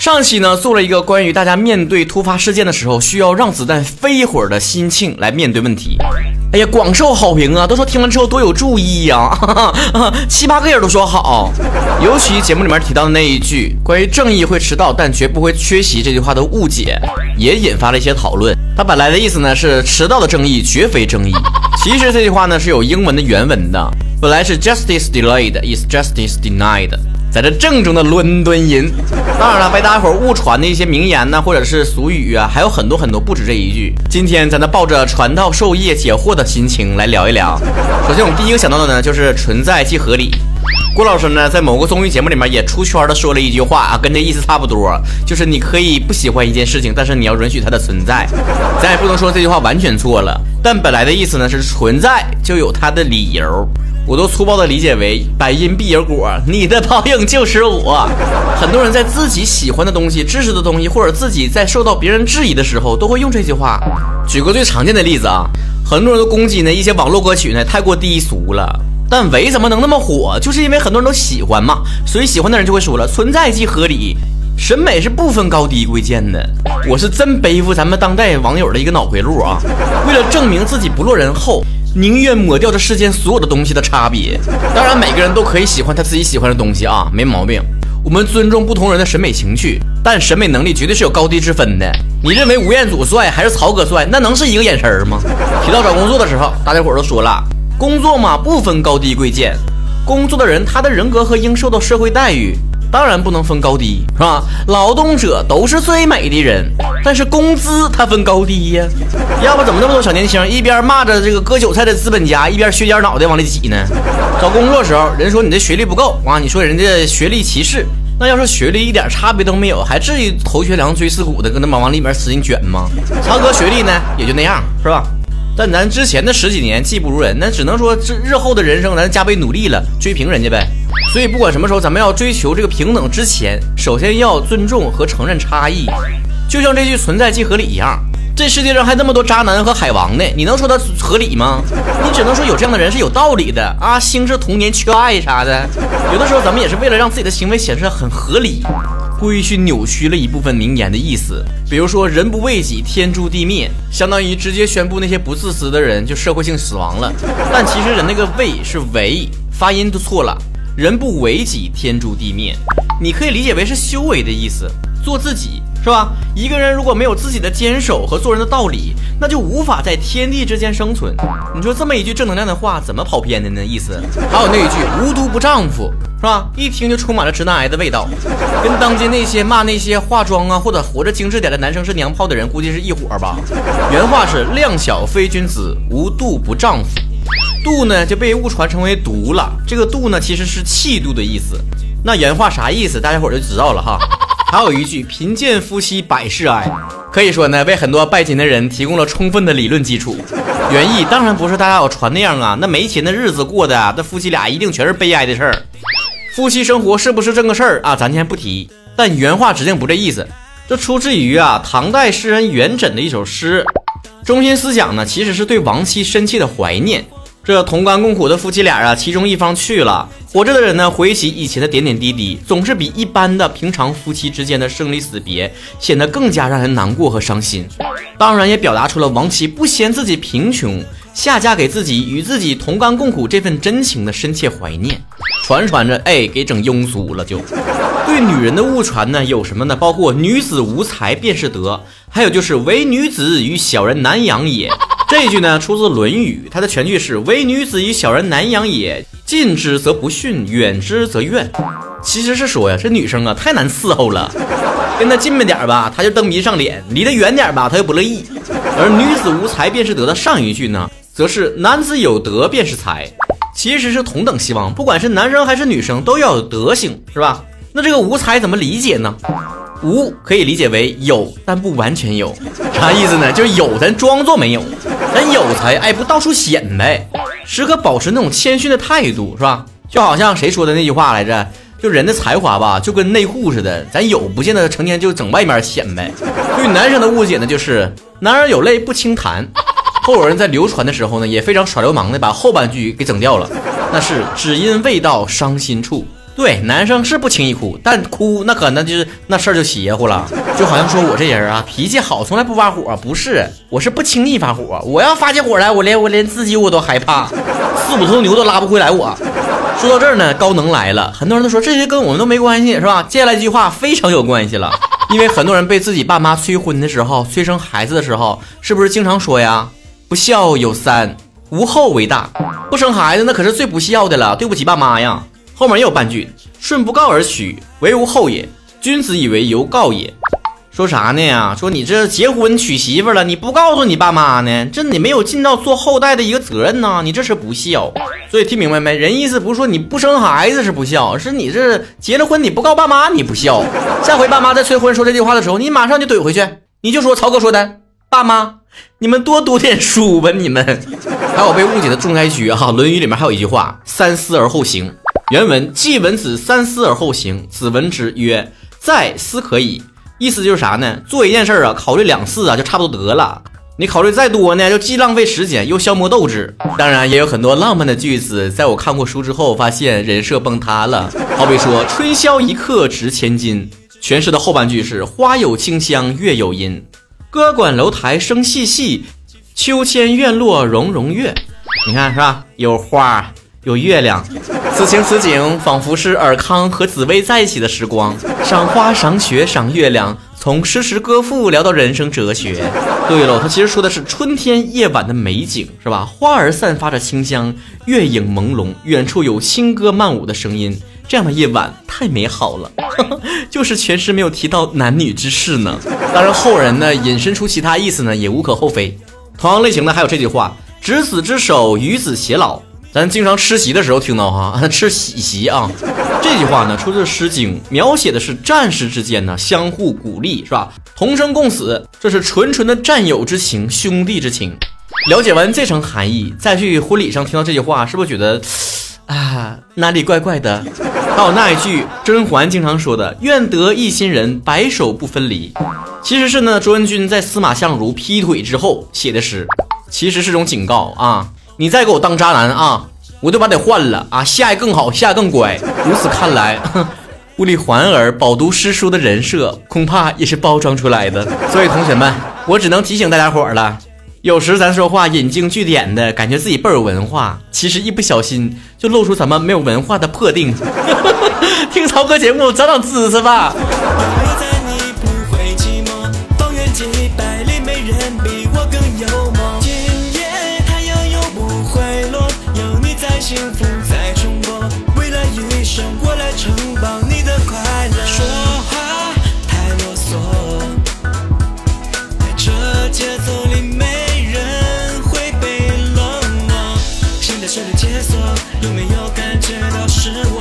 上期呢做了一个关于大家面对突发事件的时候需要让子弹飞一会儿的心境来面对问题。哎呀，广受好评啊，都说听完之后多有注意呀，7、8个人都说好。尤其节目里面提到的那一句关于正义会迟到但绝不会缺席这句话的误解，也引发了一些讨论。它本来的意思呢是迟到的正义绝非正义，其实这句话呢是有英文的原文的，本来是 Justice delayed is justice denied，在这正宗的伦敦音。当然了，被大家伙误传的一些名言呢，或者是俗语啊，还有很多很多，不止这一句。今天咱们抱着传道授业解惑的心情来聊一聊。首先我们第一个想到的呢就是存在即合理。郭老师呢在某个综艺节目里面也出圈的说了一句话啊，跟这意思差不多，就是你可以不喜欢一件事情，但是你要允许它的存在。咱也不能说这句话完全错了，但本来的意思呢是存在就有它的理由。我都粗暴的理解为百因必有果，你的报应就是我。很多人在自己喜欢的东西、知识的东西，或者自己在受到别人质疑的时候，都会用这句话。举个最常见的例子啊，很多人都攻击呢一些网络歌曲呢太过低俗了，但为什么能那么火？就是因为很多人都喜欢嘛，所以喜欢的人就会说了，存在即合理。审美是不分高低贵贱的。我是真背负咱们当代网友的一个脑回路啊，为了证明自己不落人后，宁愿抹掉这世间所有的东西的差别。当然每个人都可以喜欢他自己喜欢的东西啊，没毛病。我们尊重不同人的审美情趣，但审美能力绝对是有高低之分的。你认为吴彦祖帅还是曹哥帅，那能是一个眼神吗？提到找工作的时候，大家伙都说了，工作嘛不分高低贵贱，工作的人他的人格和应受到社会待遇当然不能分高低，是吧？劳动者都是最美的人，但是工资它分高低呀。要不怎么那么多小年轻一边骂着这个割韭菜的资本家，一边削尖脑袋往里挤呢？找工作的时候，人说你这学历不够啊，你说人家学历歧视，那要是学历一点差别都没有，还至于头缺梁锥刺股的跟他们往里面使劲卷吗？曹哥学历呢也就那样，是吧？但咱之前的10几年技不如人，那只能说日后的人生咱加倍努力了，追平人家呗。所以不管什么时候咱们要追求这个平等之前，首先要尊重和承认差异。就像这句存在即合理一样，这世界上还那么多渣男和海王呢，你能说它合理吗？你只能说有这样的人是有道理的啊，心是童年缺爱啥的。有的时候咱们也是为了让自己的行为显示很合理，故意去扭曲了一部分名言的意思。比如说人不为己天诛地灭，相当于直接宣布那些不自私的人就社会性死亡了。但其实人那个为是为，发音都错了，人不为己天诛地灭，你可以理解为是修为的意思，做自己，是吧？一个人如果没有自己的坚守和做人的道理，那就无法在天地之间生存。你说这么一句正能量的话怎么跑偏的呢？意思还有那一句无毒不丈夫，是吧？一听就充满了直男癌的味道，跟当今那些骂那些化妆啊或者活着精致点的男生是娘炮的人估计是一伙吧。原话是量小非君子，无度不丈夫。度呢就被误传成为毒了，这个度呢其实是气度的意思。那原话啥意思大家伙就知道了哈。还有一句贫贱夫妻百事哀，可以说呢为很多拜金的人提供了充分的理论基础。原意当然不是大家有传那样啊，那没钱的日子过的啊，这夫妻俩一定全是悲哀的事儿。夫妻生活是不是这个事儿啊，咱先不提，但原话指定不这意思。这出自于唐代诗人元稹的一首诗，中心思想呢其实是对亡妻深切的怀念。这同甘共苦的夫妻俩其中一方去了，活着的人呢回忆起以前的点点滴滴，总是比一般的平常夫妻之间的生离死别显得更加让人难过和伤心。当然也表达出了亡妻不嫌自己贫穷，下嫁给自己与自己同甘共苦这份真情的深切怀念。传着给整庸俗了就。对女人的误传呢有什么呢？包括女子无才便是德，还有就是唯女子与小人难养也。这一句呢出自《论语》，它的全句是唯女子与小人难养也，近之则不逊，远之则怨。其实是说这女生太难伺候了，跟她近点吧她就蹬鼻上脸，离得远点吧她又不乐意。而女子无才便是德的上一句呢则是男子有德便是才，其实是同等希望，不管是男生还是女生都要有德行，是吧？那这个无才怎么理解呢？无可以理解为有但不完全有，啥意思呢？就是有咱装作没有，咱有才不到处显摆，时刻保持那种谦逊的态度，是吧？就好像谁说的那句话来着，就人的才华吧就跟内裤似的，咱有不见得成天就整外面显摆。对男生的误解呢就是男儿有泪不轻弹，后有人在流传的时候呢也非常耍流氓的把后半句给整掉了，那是只因未到伤心处。 对，男生是不轻易哭，但哭那可能就是那事儿就邪乎了。就好像说我这人啊，脾气好，从来不发火，不是，我是不轻易发火。我要发起火来，我连自己我都害怕，4-5头牛都拉不回来我。说到这儿呢，高能来了，很多人都说这些跟我们都没关系，是吧？接下来这句话非常有关系了，因为很多人被自己爸妈催婚的时候，催生孩子的时候，是不是经常说呀？不孝有三，无后为大。不生孩子那可是最不孝的了，对不起爸妈呀。后面也有半句，顺不告而取，为无后也。君子以为犹告也。说啥呢呀？说你这结婚娶媳妇了，你不告诉你爸妈呢，这你没有尽到做后代的一个责任呢，你这是不孝。所以听明白没？人意思不是说你不生孩子是不孝，是你这结了婚你不告爸妈你不孝。下回爸妈在催婚说这句话的时候，你马上就怼回去，你就说曹哥说的，爸妈你们多读点书吧你们。还有被误解的重灾区啊，《论语》里面还有一句话，三思而后行。原文：季文子三思而后行，子闻之曰：在思可矣。意思就是啥呢？做一件事啊，考虑2次啊，就差不多得了。你考虑再多呢，就既浪费时间又消磨斗志。当然也有很多浪漫的句子，在我看过书之后发现人设崩塌了。好比说春宵一刻值千金，诠释的后半句是花有清香月有阴，歌管楼台声细细，秋千院落融融月。你看是吧？有花有月亮，此情此景仿佛是尔康和紫薇在一起的时光，赏花赏雪赏月亮，从诗词歌赋聊到人生哲学。对了，他其实说的是春天夜晚的美景，是吧？花儿散发着清香，月影朦胧，远处有轻歌曼舞的声音，这样的夜晚太美好了。就是全诗没有提到男女之事呢。当然后人呢引申出其他意思呢也无可厚非。同样类型的还有这句话，执子之手，与子偕老。咱经常吃席的时候听到哈，吃喜席啊。这句话呢出自《诗经》，描写的是战士之间呢相互鼓励，是吧？同生共死，这是纯纯的战友之情，兄弟之情。了解完这层含义，再去婚礼上听到这句话，是不是觉得啊哪里怪怪的？还有那一句甄嬛经常说的，愿得一心人，白首不分离。其实是呢卓文君在司马相如劈腿之后写的诗，其实是种警告啊。你再给我当渣男啊，我就把你换了啊，下一更好，下一更乖。如此看来，屋里环儿饱读诗书的人设恐怕也是包装出来的。所以同学们，我只能提醒大家伙了，有时咱说话引经据典的，感觉自己倍儿有文化，其实一不小心就露出咱们没有文化的破腚。听曹哥节目长长知识吧。 幸福在重播，未来余生我来承包你的快乐。说话太啰嗦，在这节奏里没人会被冷落。现在谁的解锁，有没有感觉到失落？